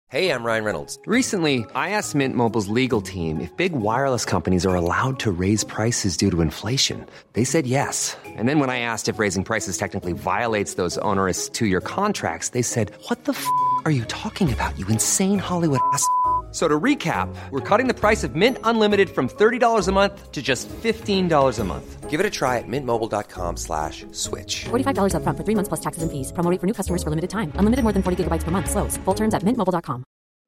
Hey, I'm Ryan Reynolds. Recently, I asked Mint Mobile's legal team if big wireless companies are allowed to raise prices due to inflation. They said yes. And then when I asked if raising prices technically violates those onerous two-year contracts, they said, "What the f*** are you talking about, you insane Hollywood ass?" So to recap, we're cutting the price of Mint Unlimited from $30 a month to just $15 a month. Give it a try at mintmobile.com/switch. $45 up front for 3 months plus taxes and fees. Promo rate for new customers for limited time. Unlimited more than 40 gigabytes per month. Slows full terms at mintmobile.com.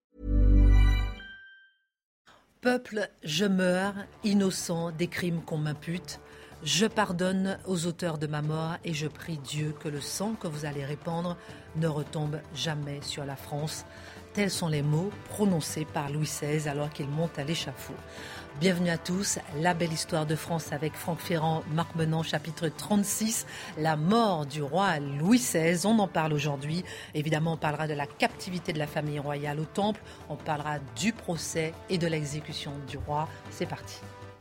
Peuple, je meurs, innocent des crimes qu'on m'impute. Je pardonne aux auteurs de ma mort et je prie Dieu que le sang que vous allez répandre ne retombe jamais sur la France. Tels sont les mots prononcés par Louis XVI alors qu'il monte à l'échafaud. Bienvenue à tous, la belle histoire de France avec Franck Ferrand, Marc Menant, chapitre 36, la mort du roi Louis XVI. On en parle aujourd'hui. Évidemment, on parlera de la captivité de la famille royale au Temple. On parlera du procès et de l'exécution du roi. C'est parti.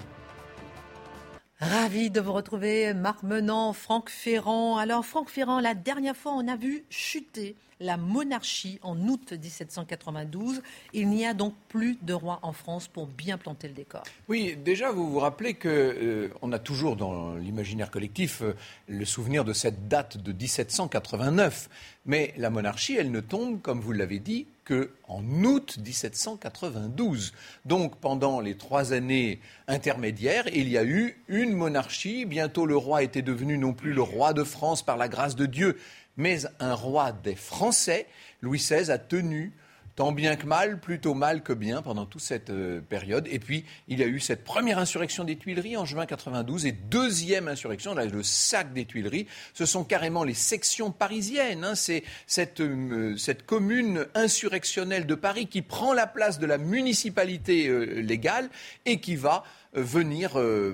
Ravi de vous retrouver, Marc Menant, Franck Ferrand. Alors, Franck Ferrand, la dernière fois, on a vu chuter la monarchie en août 1792. Il n'y a donc plus de roi en France pour bien planter le décor. Oui, déjà, vous vous rappelez qu'on a toujours dans l'imaginaire collectif le souvenir de cette date de 1789. Mais la monarchie, elle ne tombe, comme vous l'avez dit, qu'en août 1792. Donc, pendant les 3 années intermédiaires, il y a eu une monarchie. Bientôt, le roi était devenu non plus le roi de France par la grâce de Dieu, mais un roi des Français. Louis XVI a tenu, tant bien que mal, plutôt mal que bien, pendant toute cette période. Et puis, il y a eu cette première insurrection des Tuileries en juin 92 et deuxième insurrection, là, le sac des Tuileries. Ce sont carrément les sections parisiennes. C'est cette commune insurrectionnelle de Paris qui prend la place de la municipalité légale et qui va venir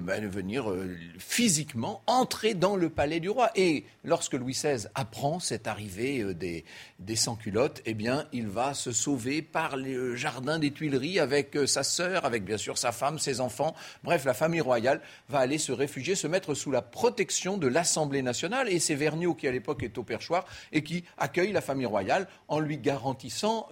physiquement entrer dans le palais du roi. Et lorsque Louis XVI apprend cette arrivée des sans-culottes, eh bien, il va se sauver par le jardin des Tuileries avec sa sœur, avec bien sûr sa femme, ses enfants. Bref, la famille royale va aller se réfugier, se mettre sous la protection de l'Assemblée nationale. Et c'est Vergniaud qui, à l'époque, est au perchoir et qui accueille la famille royale en lui garantissant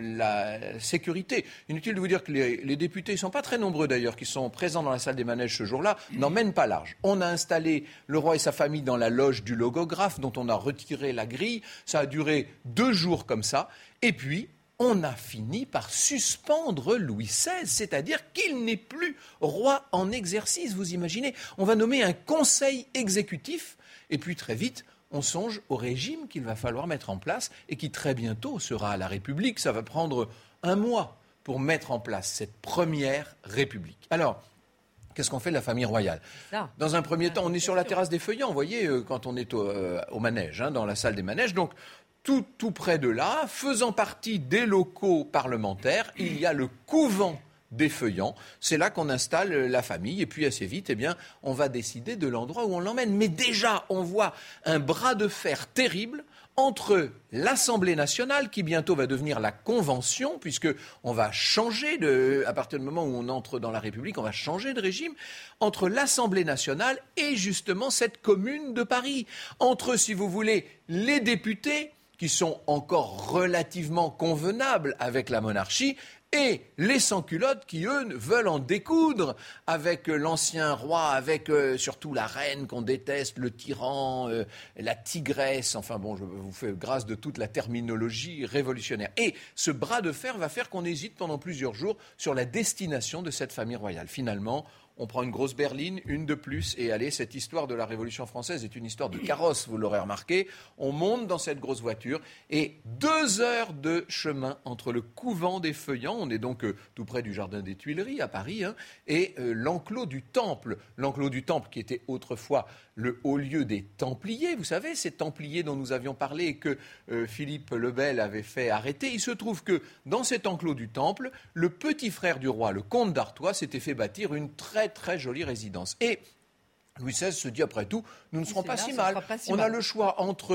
la sécurité. Inutile de vous dire que les députés, ils ne sont pas très nombreux d'ailleurs, qui sont présents dans la salle des manèges ce jour-là, n'emmène pas large. On a installé le roi et sa famille dans la loge du logographe dont on a retiré la grille. Ça a duré 2 jours comme ça. Et puis, on a fini par suspendre Louis XVI, c'est-à-dire qu'il n'est plus roi en exercice, vous imaginez. On va nommer un conseil exécutif et puis très vite, on songe au régime qu'il va falloir mettre en place et qui très bientôt sera à la République. Ça va prendre 1 mois pour mettre en place cette première République. Alors, qu'est-ce qu'on fait de la famille royale ? Dans un premier temps, on est sur la terrasse des Feuillants, vous voyez, quand on est au manège, dans la salle des manèges. Donc, tout près de là, faisant partie des locaux parlementaires, il y a le couvent des Feuillants. C'est là qu'on installe la famille. Et puis, assez vite, eh bien, on va décider de l'endroit où on l'emmène. Mais déjà, on voit un bras de fer terrible entre l'Assemblée nationale, qui bientôt va devenir la Convention, puisqu'on va changer, à partir du moment où on entre dans la République, on va changer de régime, entre l'Assemblée nationale et justement cette commune de Paris. Entre, si vous voulez, les députés, qui sont encore relativement convenables avec la monarchie, et les sans-culottes qui, eux, veulent en découdre avec l'ancien roi, avec surtout la reine qu'on déteste, le tyran, la tigresse. Enfin bon, je vous fais grâce de toute la terminologie révolutionnaire. Et ce bras de fer va faire qu'on hésite pendant plusieurs jours sur la destination de cette famille royale. Finalement, on prend une grosse berline, une de plus, et allez, cette histoire de la Révolution française est une histoire de carrosse, vous l'aurez remarqué. On monte dans cette grosse voiture et 2 heures de chemin entre le couvent des Feuillants, on est donc tout près du jardin des Tuileries à Paris, et l'enclos du Temple. L'enclos du Temple qui était autrefois le haut lieu des Templiers, vous savez, ces Templiers dont nous avions parlé et que Philippe le Bel avait fait arrêter. Il se trouve que dans cet enclos du Temple, le petit frère du roi, le comte d'Artois, s'était fait bâtir une très très jolie résidence. Et Louis XVI se dit, après tout, nous ne serons pas si mal. On a le choix entre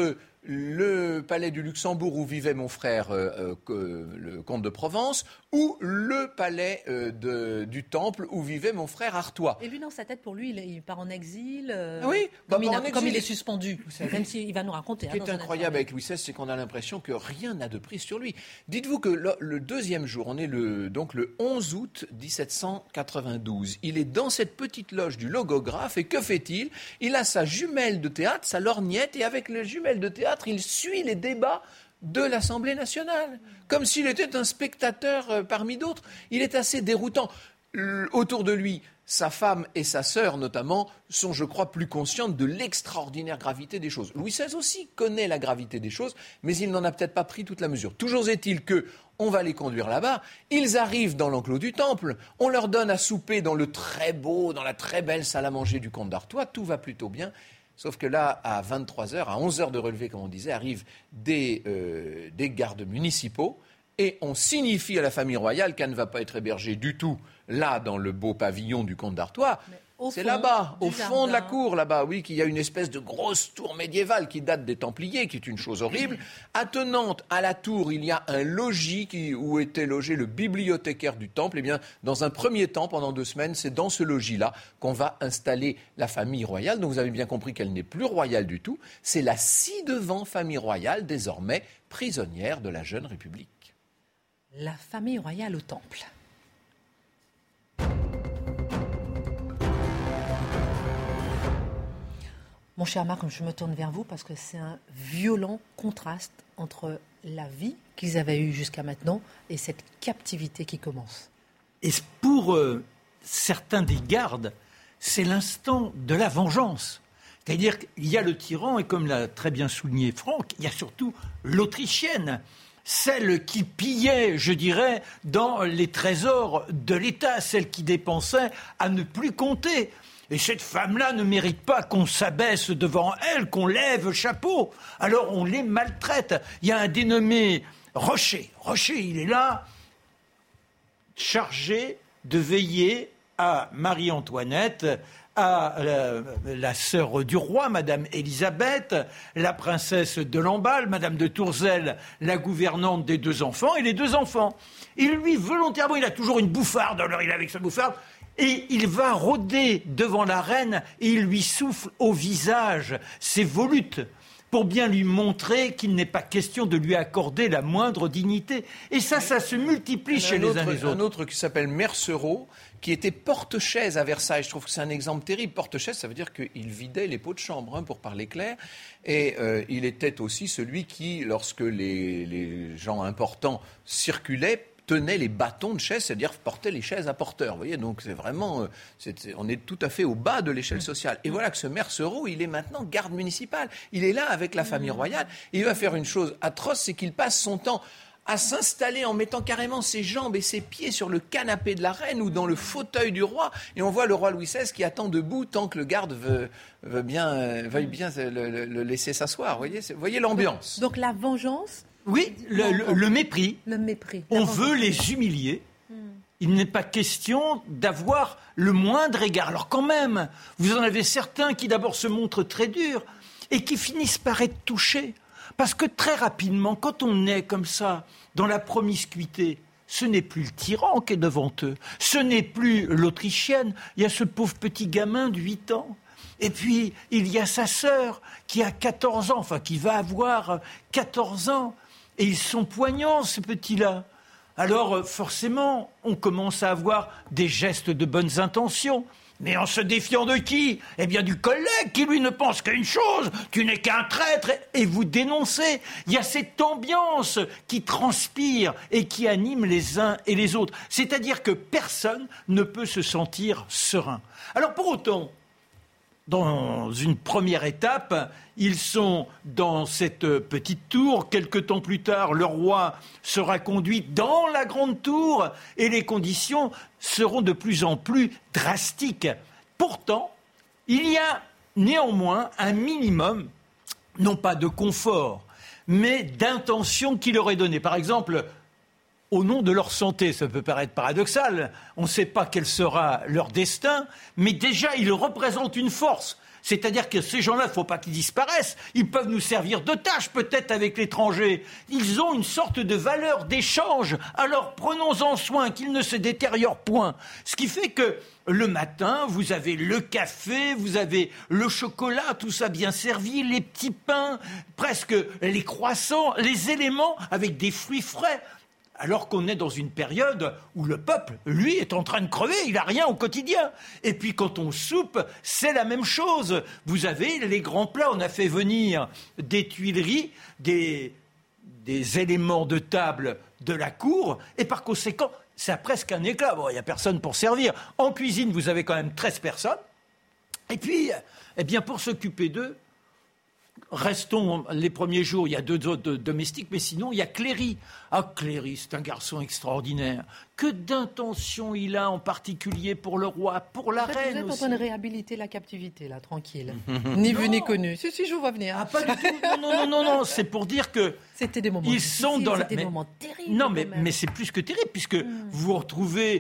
le palais du Luxembourg où vivait mon frère, le comte de Provence, ou le palais du Temple où vivait mon frère Artois. Et lui, dans sa tête, pour lui, il part en exil. Oui, comme il est suspendu, même s'il va nous raconter. Ce qui est incroyable avec Louis XVI, c'est qu'on a l'impression que rien n'a de prise sur lui. Dites-vous que le deuxième jour, on est donc le 11 août 1792. Il est dans cette petite loge du logographe et que fait-il ? Il a sa jumelle de théâtre, sa lorgnette, et avec la jumelle de théâtre, il suit les débats de l'Assemblée nationale, comme s'il était un spectateur parmi d'autres. Il est assez déroutant. Autour de lui, sa femme et sa sœur, notamment, sont, je crois, plus conscientes de l'extraordinaire gravité des choses. Louis XVI aussi connaît la gravité des choses, mais il n'en a peut-être pas pris toute la mesure. Toujours est-il qu'on va les conduire là-bas. Ils arrivent dans l'enclos du Temple. On leur donne à souper dans la très belle salle à manger du comte d'Artois. Tout va plutôt bien. Sauf que là, à 23h, à 11h de relevé, comme on disait, arrivent des gardes municipaux et on signifie à la famille royale qu'elle ne va pas être hébergée du tout là, dans le beau pavillon du comte d'Artois. C'est là-bas, au fond de la cour, là-bas, oui, qu'il y a une espèce de grosse tour médiévale qui date des Templiers, qui est une chose horrible. Attenante à la tour, il y a un logis où était logé le bibliothécaire du Temple. Eh bien, dans un premier temps, pendant 2 semaines, c'est dans ce logis-là qu'on va installer la famille royale. Donc vous avez bien compris qu'elle n'est plus royale du tout. C'est la ci-devant famille royale, désormais prisonnière de la jeune République. La famille royale au Temple. Mon cher Marc, je me tourne vers vous parce que c'est un violent contraste entre la vie qu'ils avaient eue jusqu'à maintenant et cette captivité qui commence. Et pour certains des gardes, c'est l'instant de la vengeance. C'est-à-dire qu'il y a le tyran et comme l'a très bien souligné Franck, il y a surtout l'Autrichienne. Celle qui pillait, je dirais, dans les trésors de l'État, celle qui dépensait à ne plus compter. Et cette femme-là ne mérite pas qu'on s'abaisse devant elle, qu'on lève le chapeau. Alors on les maltraite. Il y a un dénommé Rocher. Rocher, il est là, chargé de veiller à Marie-Antoinette, à la sœur du roi, Madame Élisabeth, la princesse de Lamballe, Madame de Tourzel, la gouvernante des 2 enfants, et les 2 enfants. Il lui, volontairement, il a toujours une bouffarde, alors il est avec sa bouffarde, et il va rôder devant la reine et il lui souffle au visage ses volutes pour bien lui montrer qu'il n'est pas question de lui accorder la moindre dignité. Et ça se multiplie chez les uns les autres. Un autre qui s'appelle Mercereau, qui était porte-chaise à Versailles. Je trouve que c'est un exemple terrible. Porte-chaise, ça veut dire qu'il vidait les pots de chambre, pour parler clair. Et il était aussi celui qui, lorsque les gens importants circulaient, tenait les bâtons de chaise, c'est-à-dire portait les chaises à porteurs. Vous voyez, donc c'est vraiment, on est tout à fait au bas de l'échelle sociale. Et voilà que ce Mercereau, il est maintenant garde municipal. Il est là avec la famille royale. Et il va faire une chose atroce, c'est qu'il passe son temps à s'installer en mettant carrément ses jambes et ses pieds sur le canapé de la reine ou dans le fauteuil du roi. Et on voit le roi Louis XVI qui attend debout tant que le garde veuille bien le laisser s'asseoir. Vous voyez l'ambiance. Donc la vengeance. Oui, le mépris. Le mépris. On veut les humilier. Il n'est pas question d'avoir le moindre égard. Alors quand même, vous en avez certains qui d'abord se montrent très durs et qui finissent par être touchés. Parce que très rapidement, quand on est comme ça, dans la promiscuité, ce n'est plus le tyran qui est devant eux. Ce n'est plus l'Autrichienne. Il y a ce pauvre petit gamin de 8 ans. Et puis, il y a sa sœur qui a 14 ans, enfin qui va avoir 14 ans. Et ils sont poignants, ces petits-là. Alors, forcément, on commence à avoir des gestes de bonnes intentions. Mais en se défiant de qui ? Eh bien, du collègue qui, lui, ne pense qu'à une chose. Tu n'es qu'un traître et vous dénoncez. Il y a cette ambiance qui transpire et qui anime les uns et les autres. C'est-à-dire que personne ne peut se sentir serein. Alors, pour autant, dans une première étape, ils sont dans cette petite tour. Quelque temps plus tard, le roi sera conduit dans la grande tour et les conditions seront de plus en plus drastiques. Pourtant, il y a néanmoins un minimum, non pas de confort, mais d'intention qui leur est donnée. Par exemple, au nom de leur santé, ça peut paraître paradoxal, on ne sait pas quel sera leur destin, mais déjà ils représentent une force. C'est-à-dire que ces gens-là, il ne faut pas qu'ils disparaissent. Ils peuvent nous servir d'otages, peut-être, avec l'étranger. Ils ont une sorte de valeur d'échange. Alors, prenons-en soin, qu'ils ne se détériorent point. Ce qui fait que le matin, vous avez le café, vous avez le chocolat, tout ça bien servi, les petits pains, presque les croissants, les éléments avec des fruits frais. Alors qu'on est dans une période où le peuple, lui, est en train de crever, il n'a rien au quotidien. Et puis quand on soupe, c'est la même chose. Vous avez les grands plats, on a fait venir des Tuileries, des éléments de table de la cour, et par conséquent, c'est presque un éclat. Bon, il n'y a personne pour servir. En cuisine, vous avez quand même 13 personnes. Et puis, eh bien, pour s'occuper d'eux, restons les premiers jours, il y a 2 autres domestiques, mais sinon, il y a Cléry. Ah, Cléry, c'est un garçon extraordinaire. Que d'intention il a en particulier pour le roi, pour la reine aussi. Vous êtes en train de réhabiliter la captivité, là, tranquille. Ni vu ni connu. Si, je vous vois venir. Ah, pas du tout. Non, c'est pour dire que... C'était des moments difficiles, sont dans c'était des moments terribles. Non, mais c'est plus que terrible, puisque vous vous retrouvez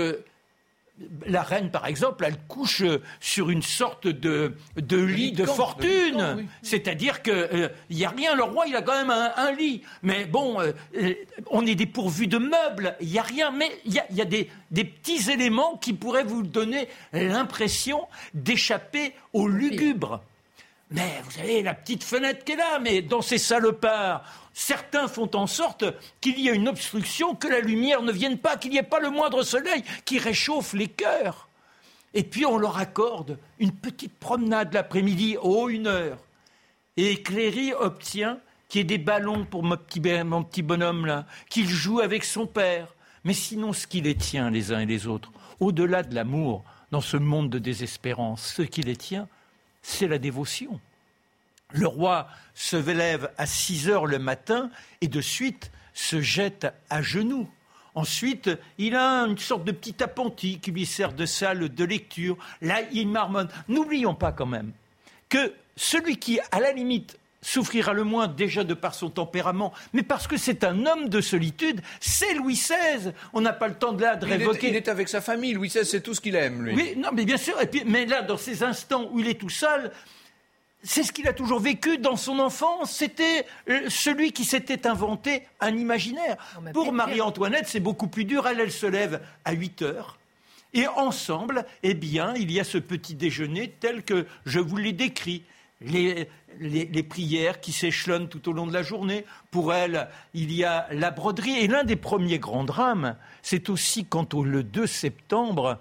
La reine, par exemple, elle couche sur une sorte de lit de fortune. Oui. C'est-à-dire qu'il n'y a rien. Le roi, il a quand même un lit. Mais bon, on est dépourvu de meubles. Il n'y a rien. Mais il y a des petits éléments qui pourraient vous donner l'impression d'échapper au lugubre. Mais vous savez, la petite fenêtre qui est là, mais dans ces salopards, certains font en sorte qu'il y ait une obstruction, que la lumière ne vienne pas, qu'il n'y ait pas le moindre soleil qui réchauffe les cœurs. Et puis on leur accorde une petite promenade l'après-midi, 1 heure. Et Cléry obtient qu'il y ait des ballons pour mon petit bonhomme là, qu'il joue avec son père. Mais sinon, ce qui les tient les uns et les autres, au-delà de l'amour, dans ce monde de désespérance, ce qui les tient, c'est la dévotion. Le roi se lève à 6 heures le matin et de suite se jette à genoux. Ensuite, il a une sorte de petit appentis qui lui sert de salle de lecture. Là, il marmonne. N'oublions pas quand même que celui qui, à la limite, souffrira le moins déjà de par son tempérament, mais parce que c'est un homme de solitude, c'est Louis XVI. On n'a pas le temps de révoquer. Il est avec sa famille. Louis XVI, c'est tout ce qu'il aime, lui. Oui, non, mais bien sûr. Et puis, mais là, dans ces instants où il est tout seul, c'est ce qu'il a toujours vécu dans son enfance. C'était celui qui s'était inventé un imaginaire. Pour Marie-Antoinette, c'est beaucoup plus dur. Elle se lève à 8 heures. Et ensemble, eh bien, il y a ce petit déjeuner tel que je vous l'ai décrit. Les prières qui s'échelonnent tout au long de la journée. Pour elle, il y a la broderie. Et l'un des premiers grands drames, c'est aussi quand le 2 septembre,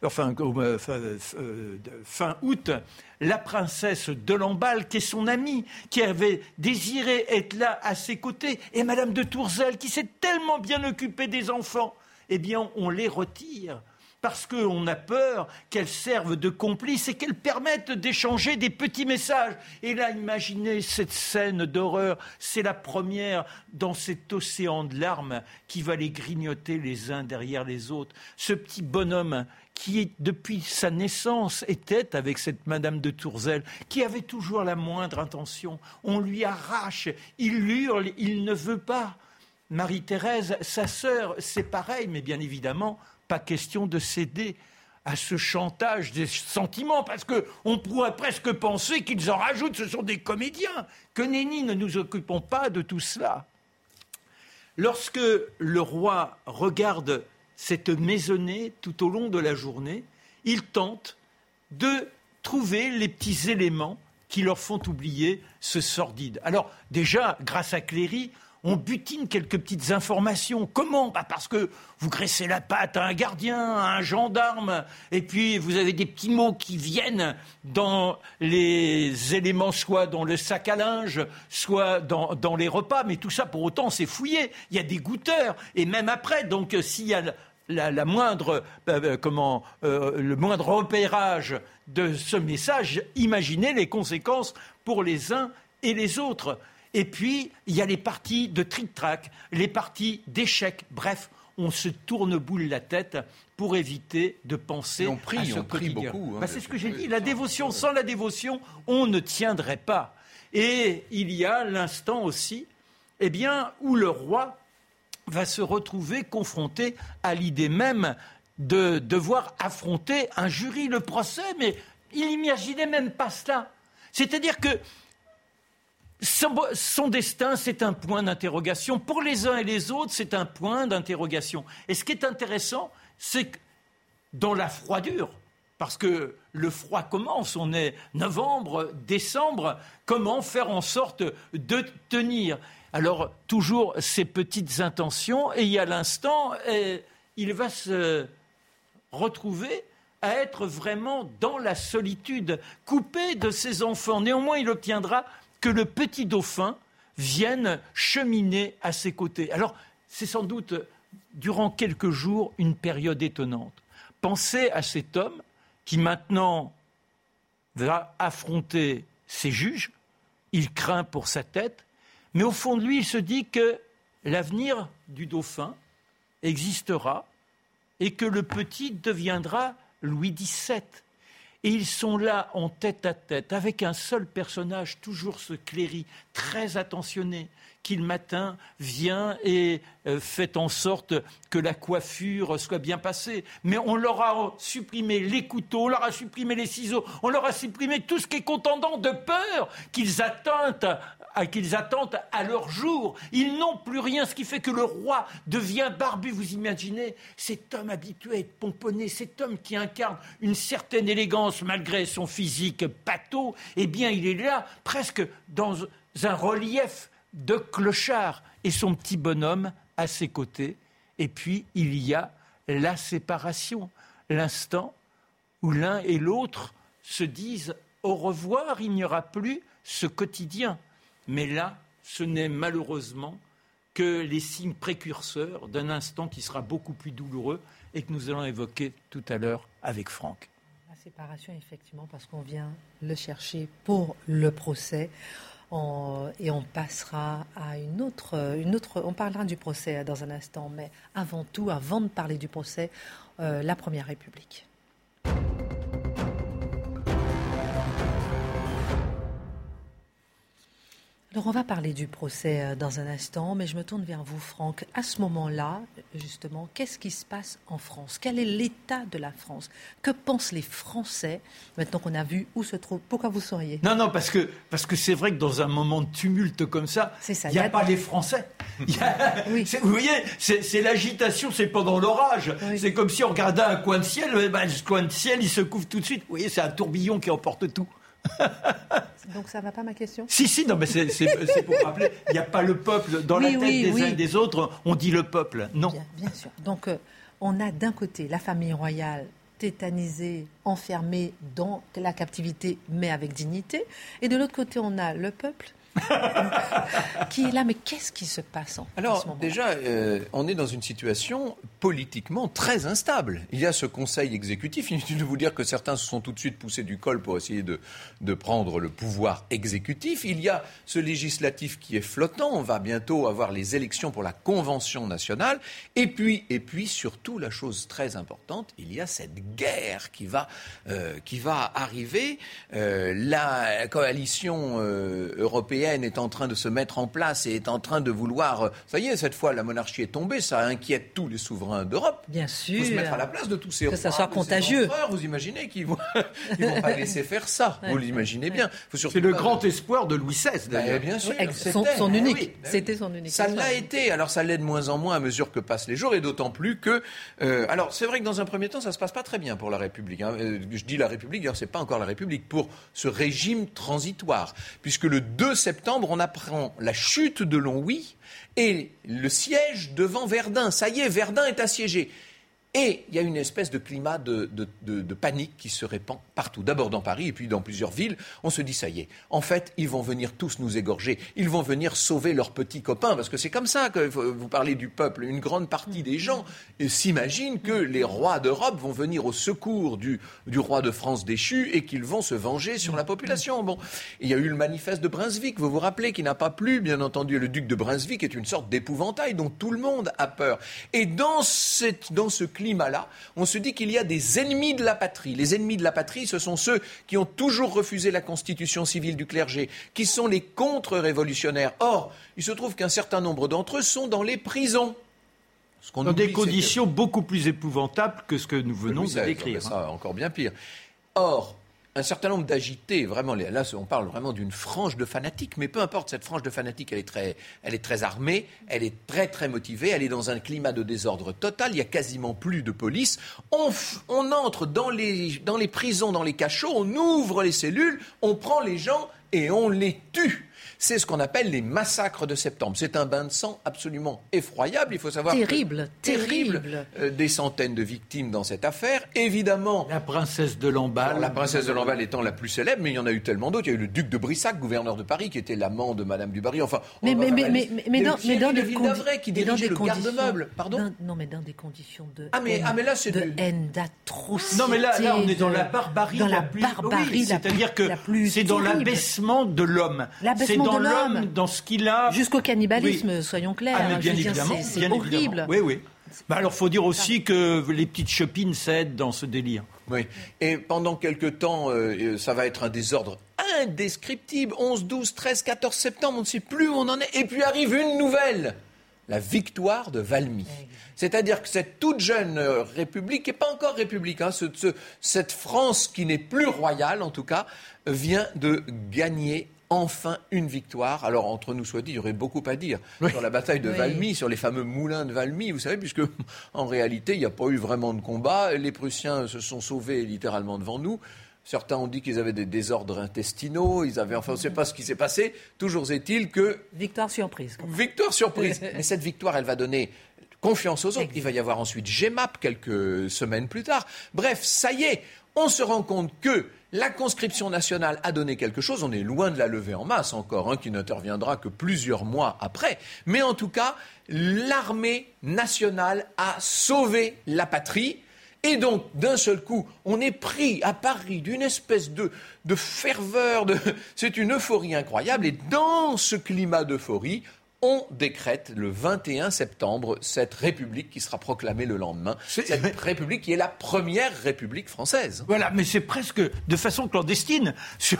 fin août, la princesse de Lamballe, qui est son amie, qui avait désiré être là à ses côtés, et Madame de Tourzel, qui s'est tellement bien occupée des enfants, eh bien, on les retire. Parce qu'on a peur qu'elles servent de complices et qu'elles permettent d'échanger des petits messages. Et là, imaginez cette scène d'horreur. C'est la première dans cet océan de larmes qui va les grignoter les uns derrière les autres. Ce petit bonhomme qui, depuis sa naissance, était avec cette Madame de Tourzel, qui avait toujours la moindre intention. On lui arrache, il hurle, il ne veut pas. Marie-Thérèse, sa sœur, c'est pareil, mais bien évidemment, pas question de céder à ce chantage des sentiments, parce qu'on pourrait presque penser qu'ils en rajoutent, ce sont des comédiens. Que nenni, ne nous occupons pas de tout cela. Lorsque le roi regarde cette maisonnée tout au long de la journée, il tente de trouver les petits éléments qui leur font oublier ce sordide. Alors déjà, grâce à Cléry, on butine quelques petites informations. Comment ? Parce que vous graissez la patte à un gardien, à un gendarme, et puis vous avez des petits mots qui viennent dans les éléments, soit dans le sac à linge, soit dans les repas, mais tout ça, pour autant, c'est fouillé. Il y a des goûteurs, et même après, donc s'il y a le moindre repérage de ce message, imaginez les conséquences pour les uns et les autres. Et puis, il y a les parties de tric-trac, les parties d'échecs. Bref, on se tourne boule la tête pour éviter de penser à ce quotidien. Beaucoup, c'est ce que j'ai dit. La dévotion, sans la dévotion, on ne tiendrait pas. Et il y a l'instant aussi, où le roi va se retrouver confronté à l'idée même de devoir affronter un jury, le procès, mais il n'imaginait même pas cela. C'est-à-dire que son destin, c'est un point d'interrogation. Pour les uns et les autres, c'est un point d'interrogation. Et ce qui est intéressant, c'est que dans la froidure, parce que le froid commence, on est novembre, décembre, comment faire en sorte de tenir ? Alors, toujours ces petites intentions, et à l'instant, il va se retrouver à être vraiment dans la solitude, coupé de ses enfants. Néanmoins, il obtiendra que le petit dauphin vienne cheminer à ses côtés. Alors, c'est sans doute, durant quelques jours, une période étonnante. Pensez à cet homme qui maintenant va affronter ses juges. Il craint pour sa tête, mais au fond de lui, il se dit que l'avenir du dauphin existera et que le petit deviendra Louis XVII. Et ils sont là en tête à tête, avec un seul personnage, toujours ce Cléry, très attentionné, qui le matin vient et fait en sorte que la coiffure soit bien passée. Mais on leur a supprimé les couteaux, on leur a supprimé les ciseaux, on leur a supprimé tout ce qui est contendant de peur qu'ils attendent à leur jour. Ils n'ont plus rien, ce qui fait que le roi devient barbu. Vous imaginez cet homme habitué à être pomponné, cet homme qui incarne une certaine élégance malgré son physique pâteau, eh bien il est là presque dans un relief de clochard et son petit bonhomme à ses côtés. Et puis il y a la séparation, l'instant où l'un et l'autre se disent au revoir, il n'y aura plus ce quotidien. Mais là, ce n'est malheureusement que les signes précurseurs d'un instant qui sera beaucoup plus douloureux et que nous allons évoquer tout à l'heure avec Franck. La séparation, effectivement, parce qu'on vient le chercher pour le procès. Et on passera à une autre. On parlera du procès dans un instant, mais avant tout, avant de parler du procès, la Première République. Alors on va parler du procès dans un instant, mais je me tourne vers vous, Franck. À ce moment-là, justement, qu'est-ce qui se passe en France ? Quel est l'état de la France ? Que pensent les Français, maintenant qu'on a vu où se trouve ? Pourquoi vous souriez ? Non, parce que c'est vrai que dans un moment de tumulte comme ça, il n'y a pas les Français. Oui. Vous voyez, c'est l'agitation, c'est pendant l'orage. Oui. C'est comme si on regardait un coin de ciel, ce coin de ciel, il se couvre tout de suite. Vous voyez, c'est un tourbillon qui emporte tout. Donc ça ne va pas ma question ? Si, non, mais c'est pour rappeler, il n'y a pas le peuple dans la tête des uns et des autres, on dit le peuple, non. Bien sûr. Donc on a d'un côté la famille royale tétanisée, enfermée dans la captivité, mais avec dignité, et de l'autre côté on a le peuple qui est là, mais qu'est-ce qui se passe en ce moment ? Alors, déjà, on est dans une situation politiquement très instable. Il y a ce conseil exécutif. Inutile de vous dire que certains se sont tout de suite poussés du col pour essayer de prendre le pouvoir exécutif. Il y a ce législatif qui est flottant. On va bientôt avoir les élections pour la Convention nationale. Et puis surtout, la chose très importante, il y a cette guerre qui va arriver. La coalition européenne est en train de se mettre en place et est en train de vouloir... Ça y est, cette fois, la monarchie est tombée, ça inquiète tous les souverains d'Europe. Bien sûr. Il faut se mettre à la place de tous ces rois, que ça soit contagieux. Vous imaginez qu'ils vont pas laisser faire ça. Vous l'imaginez bien. C'est le grand espoir de Louis XVI, d'ailleurs. Bien sûr. Son unique. C'était son unique. Ça l'a été. Alors, ça l'est de moins en moins à mesure que passent les jours, et d'autant plus que... alors, c'est vrai que dans un premier temps, ça se passe pas très bien pour la République. Je dis la République, d'ailleurs, c'est pas encore la République, pour ce régime transitoire. Puisque le 2 septembre, on apprend la chute de Longwy et le siège devant Verdun. Ça y est, Verdun est assiégé. Et il y a une espèce de climat de panique qui se répand partout. D'abord dans Paris et puis dans plusieurs villes. On se dit, ça y est, en fait, ils vont venir tous nous égorger. Ils vont venir sauver leurs petits copains. Parce que c'est comme ça que vous parlez du peuple. Une grande partie des gens s'imaginent que les rois d'Europe vont venir au secours du roi de France déchu et qu'ils vont se venger sur la population. Bon, il y a eu le manifeste de Brunswick, vous vous rappelez, qui n'a pas plu. Bien entendu, le duc de Brunswick est une sorte d'épouvantail dont tout le monde a peur. Et dans ce climat-là, on se dit qu'il y a des ennemis de la patrie. Les ennemis de la patrie, ce sont ceux qui ont toujours refusé la constitution civile du clergé, qui sont les contre-révolutionnaires. Or, il se trouve qu'un certain nombre d'entre eux sont dans les prisons. Dans des conditions beaucoup plus épouvantables que ce que nous venons de décrire. Ça, encore bien pire. Or, un certain nombre d'agités, vraiment, là on parle vraiment d'une frange de fanatiques, mais peu importe, cette frange de fanatiques, elle est très armée, elle est très très motivée, elle est dans un climat de désordre total, il n'y a quasiment plus de police. On entre dans les prisons, dans les cachots, on ouvre les cellules, on prend les gens et on les tue. C'est ce qu'on appelle les massacres de septembre. C'est un bain de sang absolument effroyable. Il faut savoir terrible. Des centaines de victimes dans cette affaire. Évidemment, la princesse de Lamballe. La princesse de Lamballe étant la plus célèbre, mais il y en a eu tellement d'autres. Il y a eu le duc de Brissac, gouverneur de Paris, qui était l'amant de Madame du Barry. Enfin, mais dans des Villedavray, qui dirige le garde-meuble. Pardon. Non, mais dans des conditions de mais là, c'est de haine, d'atrocité. Non, mais là, on est dans la barbarie. Dans la barbarie, oui, c'est-à-dire que c'est dans l'abaissement de l'homme. C'est dans l'homme, dans ce qu'il a. Jusqu'au cannibalisme, soyons clairs. Ah, mais bien évidemment, c'est horrible. Oui. Alors, il faut dire aussi que les petites chopines s'aident dans ce délire. Oui. Et pendant quelque temps, ça va être un désordre indescriptible. 11, 12, 13, 14 septembre, on ne sait plus où on en est. Et puis arrive une nouvelle. La victoire de Valmy. C'est-à-dire que cette toute jeune république, qui n'est pas encore république, cette France qui n'est plus royale en tout cas, vient de gagner enfin une victoire. Alors, entre nous soit dit, il y aurait beaucoup à dire sur la bataille de Valmy, sur les fameux moulins de Valmy, vous savez, puisque en réalité, il n'y a pas eu vraiment de combat. Les Prussiens se sont sauvés littéralement devant nous. Certains ont dit qu'ils avaient des désordres intestinaux, on ne sait pas ce qui s'est passé. Toujours est-il que... Victoire surprise. Victoire surprise. Mais cette victoire, elle va donner confiance aux autres. Il va y avoir ensuite GEMAP quelques semaines plus tard. Bref, ça y est, on se rend compte que la conscription nationale a donné quelque chose. On est loin de la levée en masse encore, qui n'interviendra que plusieurs mois après. Mais en tout cas, l'armée nationale a sauvé la patrie. Et donc, d'un seul coup, on est pris à Paris d'une espèce de ferveur. C'est une euphorie incroyable. Et dans ce climat d'euphorie, on décrète le 21 septembre cette république qui sera proclamée le lendemain. Cette république qui est la première république française. Voilà, mais c'est presque de façon clandestine.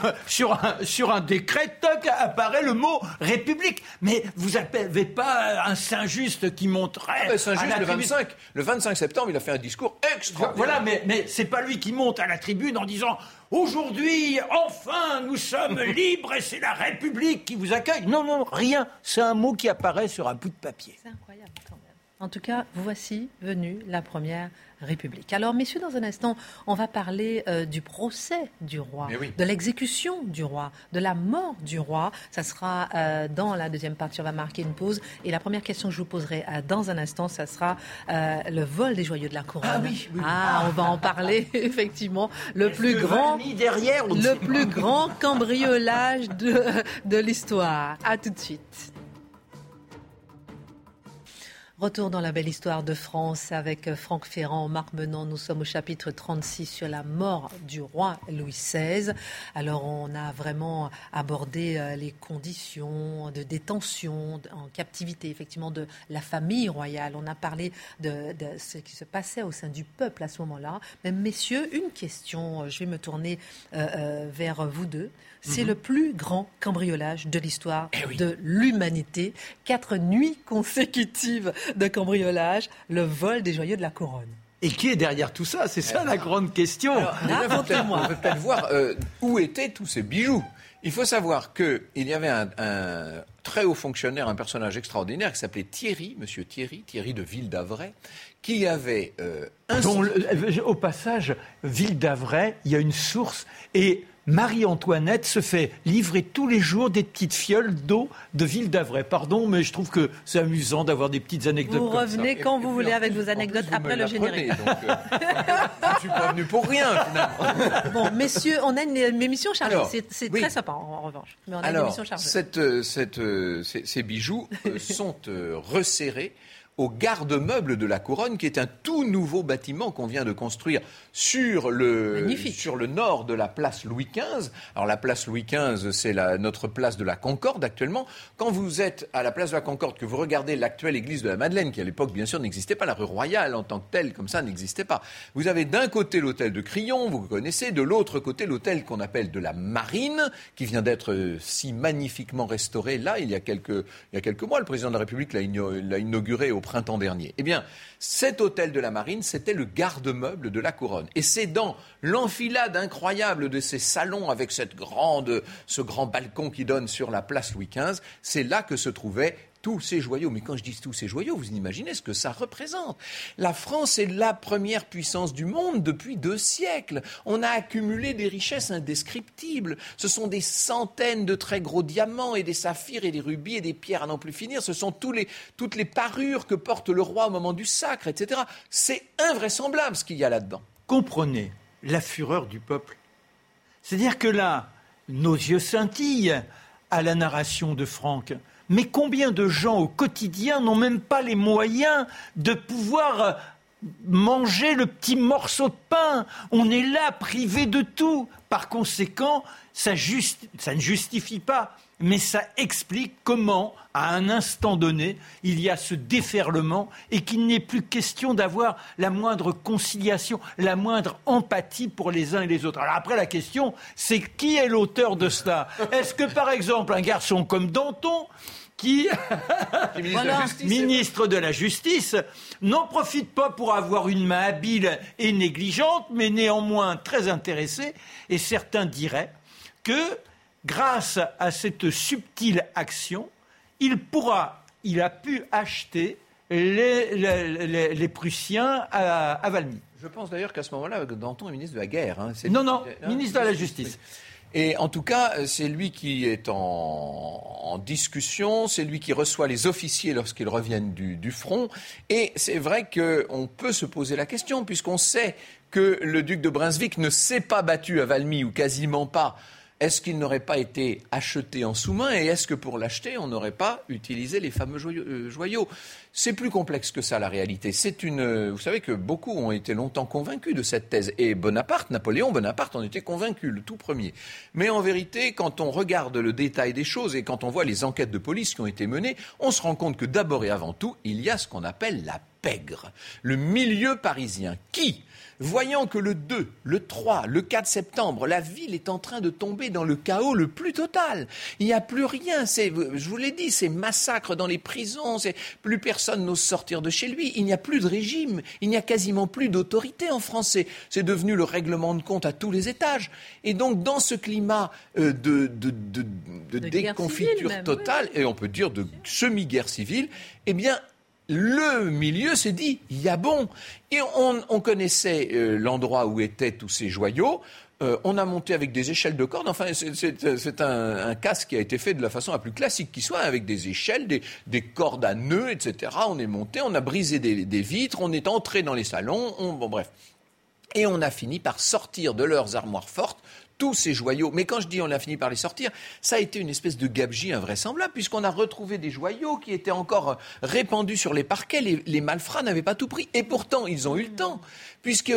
Sur un décret, toc, apparaît le mot république. Mais vous n'avez pas un Saint-Just qui monterait... Saint-Just, le 25 septembre, il a fait un discours extraordinaire. Voilà, mais c'est pas lui qui monte à la tribune en disant... Aujourd'hui, enfin, nous sommes libres et c'est la République qui vous accueille. Non, rien. C'est un mot qui apparaît sur un bout de papier. C'est incroyable quand même. En tout cas, voici venue la première République. Alors, messieurs, dans un instant, on va parler du procès du roi, de l'exécution du roi, de la mort du roi. Ça sera dans la deuxième partie. On va marquer une pause. Et la première question que je vous poserai dans un instant, ça sera le vol des joyaux de la couronne. Ah oui. On va en parler, effectivement. Le plus grand cambriolage de l'histoire. À tout de suite. Retour dans la belle histoire de France avec Franck Ferrand, Marc Menant. Nous sommes au chapitre 36 sur la mort du roi Louis XVI. Alors, on a vraiment abordé les conditions de détention en captivité, effectivement, de la famille royale. On a parlé de ce qui se passait au sein du peuple à ce moment-là. Mais messieurs, une question, je vais me tourner vers vous deux. C'est le plus grand cambriolage de l'histoire de l'humanité. 4 nuits consécutives de cambriolage, le vol des joyaux de la couronne. Et qui est derrière tout ça ? C'est ça la grande question. Alors, on peut peut-être voir où étaient tous ces bijoux. Il faut savoir qu'il y avait un très haut fonctionnaire, un personnage extraordinaire qui s'appelait Monsieur Thierry de Ville-d'Avray, qui avait au passage, Ville-d'Avray, il y a une source et... Marie-Antoinette se fait livrer tous les jours des petites fioles d'eau de Ville-d'Avray. Pardon, mais je trouve que c'est amusant d'avoir des petites anecdotes comme ça. Vous revenez quand vous voulez avec vos anecdotes après le générique. Donc, je ne suis pas venu pour rien, finalement. Bon, messieurs, on a une émission chargée. Alors, c'est très sympa, en revanche. Mais on a une émission chargée. Ces bijoux sont resserrés au garde-meuble de la Couronne, qui est un tout nouveau bâtiment qu'on vient de construire sur le nord de la place Louis XV. Alors la place Louis XV, c'est notre place de la Concorde actuellement. Quand vous êtes à la place de la Concorde, que vous regardez l'actuelle église de la Madeleine, qui à l'époque bien sûr n'existait pas, la rue Royale en tant que telle, comme ça, n'existait pas. Vous avez d'un côté l'hôtel de Crillon, vous connaissez, de l'autre côté l'hôtel qu'on appelle de la Marine, qui vient d'être si magnifiquement restauré là, il y a quelques mois. Le président de la République l'a inauguré au printemps dernier. Eh bien, cet hôtel de la Marine, c'était le garde-meuble de la couronne. Et c'est dans l'enfilade incroyable de ces salons avec ce grand balcon qui donne sur la place Louis XV, c'est là que se trouvaient tous ces joyaux. Mais quand je dis tous ces joyaux, vous imaginez ce que ça représente. La France est la première puissance du monde depuis 2 siècles. On a accumulé des richesses indescriptibles. Ce sont des centaines de très gros diamants et des saphirs et des rubis et des pierres à n'en plus finir. Ce sont toutes les parures que porte le roi au moment du sacre, etc. C'est invraisemblable ce qu'il y a là-dedans. Comprenez la fureur du peuple. C'est-à-dire que là, nos yeux scintillent à la narration de Franck. Mais combien de gens au quotidien n'ont même pas les moyens de pouvoir manger le petit morceau de pain? On est là, privé de tout. Par conséquent, ça ne justifie pas, mais ça explique comment, à un instant donné, il y a ce déferlement et qu'il n'est plus question d'avoir la moindre conciliation, la moindre empathie pour les uns et les autres. Alors après, la question, c'est qui est l'auteur de cela? Est-ce que, par exemple, un garçon comme Danton, qui, ministre de la Justice, n'en profite pas pour avoir une main habile et négligente, mais néanmoins très intéressée, et certains diraient que, grâce à cette subtile action, il a pu acheter les Prussiens à Valmy. Je pense d'ailleurs qu'à ce moment-là, Danton est ministre de la guerre. Ministre de la Justice. Et en tout cas, c'est lui qui est en discussion, c'est lui qui reçoit les officiers lorsqu'ils reviennent du front. Et c'est vrai qu'on peut se poser la question, puisqu'on sait que le duc de Brunswick ne s'est pas battu à Valmy, ou quasiment pas. Est-ce qu'il n'aurait pas été acheté en sous-main et est-ce que pour l'acheter, on n'aurait pas utilisé les fameux joyaux? C'est plus complexe que ça, la réalité. Vous savez que beaucoup ont été longtemps convaincus de cette thèse. Et Napoléon Bonaparte en était convaincu, le tout premier. Mais en vérité, quand on regarde le détail des choses et quand on voit les enquêtes de police qui ont été menées, on se rend compte que d'abord et avant tout, il y a ce qu'on appelle la pègre, le milieu parisien qui, voyant que le 2, le 3, le 4 septembre, la ville est en train de tomber dans le chaos le plus total. Il n'y a plus rien. Je vous l'ai dit, c'est massacre dans les prisons. Plus personne n'ose sortir de chez lui. Il n'y a plus de régime. Il n'y a quasiment plus d'autorité en France. C'est devenu le règlement de compte à tous les étages. Et donc, dans ce climat de déconfiture totale, et on peut dire de semi-guerre civile, eh bien, le milieu s'est dit, il y a bon. Et on connaissait l'endroit où étaient tous ces joyaux. On a monté avec des échelles de corde. Enfin, c'est un casse qui a été fait de la façon la plus classique qui soit, avec des échelles, des cordes à nœuds, etc. On est monté, on a brisé des vitres, on est entré dans les salons. Bref. Et on a fini par sortir de leurs armoires fortes tous ces joyaux. Mais quand je dis on a fini par les sortir, ça a été une espèce de gabegie invraisemblable, puisqu'on a retrouvé des joyaux qui étaient encore répandus sur les parquets. Les malfrats n'avaient pas tout pris. Et pourtant, ils ont eu le temps, puisque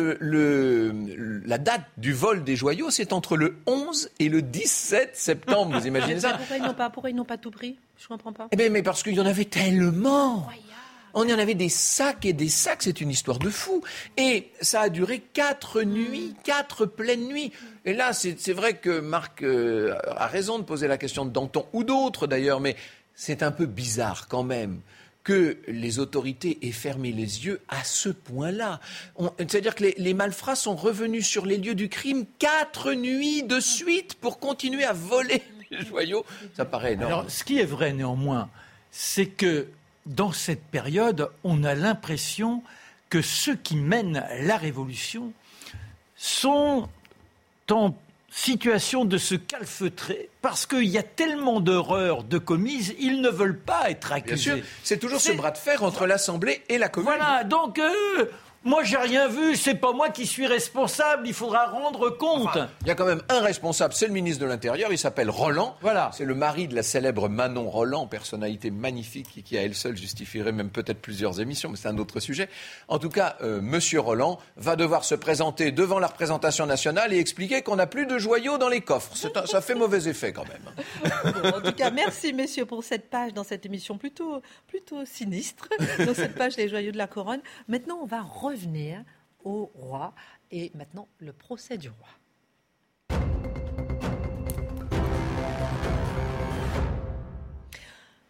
la date du vol des joyaux, c'est entre le 11 et le 17 septembre. Vous imaginez ça? Pourquoi ils n'ont pas tout pris? Je ne comprends pas. Eh bien, mais parce qu'il y en avait tellement. On y en avait des sacs et des sacs, c'est une histoire de fou. Et ça a duré 4 nuits, 4 pleines nuits. Et là, c'est vrai que Marc a raison de poser la question de Danton, ou d'autres d'ailleurs, mais c'est un peu bizarre quand même que les autorités aient fermé les yeux à ce point-là. C'est-à-dire que les malfrats sont revenus sur les lieux du crime 4 nuits de suite pour continuer à voler les joyaux. Ça paraît énorme. Alors, ce qui est vrai néanmoins, c'est que dans cette période, on a l'impression que ceux qui mènent la révolution sont en situation de se calfeutrer parce qu'il y a tellement d'horreurs de commises, ils ne veulent pas être accusés. Bien sûr, c'est toujours ce bras de fer entre l'Assemblée et la Commune. Voilà, donc moi j'ai rien vu, c'est pas moi qui suis responsable, il faudra rendre compte. Enfin, il y a quand même un responsable, c'est le ministre de l'Intérieur, il s'appelle Roland. Voilà. C'est le mari de la célèbre Manon Roland, personnalité magnifique qui à elle seule justifierait même peut-être plusieurs émissions, mais c'est un autre sujet. En tout cas, Monsieur Roland va devoir se présenter devant la représentation nationale et expliquer qu'on n'a plus de joyaux dans les coffres. Ça fait mauvais effet quand même. Bon, en tout cas, merci messieurs pour cette page dans cette émission plutôt sinistre, dans cette page Les joyaux de la couronne. Maintenant, on va revenir au roi et maintenant le procès du roi.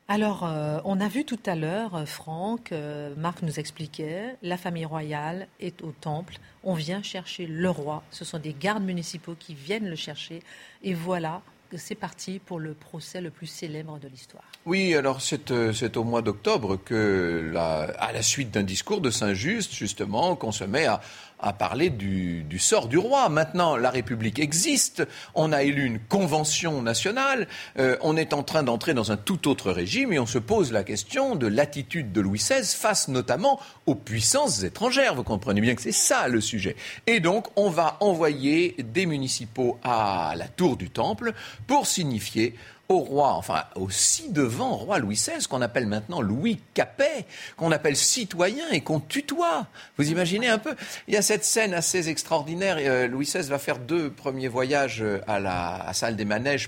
Alors, on a vu tout à l'heure, Franck, Marc nous expliquait, la famille royale est au temple, on vient chercher le roi, ce sont des gardes municipaux qui viennent le chercher, et voilà que c'est parti pour le procès le plus célèbre de l'histoire. Oui, alors c'est au mois d'octobre que, à la suite d'un discours de Saint-Just, justement, qu'on se met à parler du sort du roi. Maintenant, la République existe, on a élu une convention nationale, on est en train d'entrer dans un tout autre régime et on se pose la question de l'attitude de Louis XVI face notamment aux puissances étrangères. Vous comprenez bien que c'est ça le sujet. Et donc, on va envoyer des municipaux à la tour du Temple pour signifier au roi, enfin au ci-devant roi Louis XVI, qu'on appelle maintenant Louis Capet, qu'on appelle citoyen et qu'on tutoie. Vous imaginez un peu ? Il y a cette scène assez extraordinaire. Louis XVI va faire 2 premiers voyages à la salle des manèges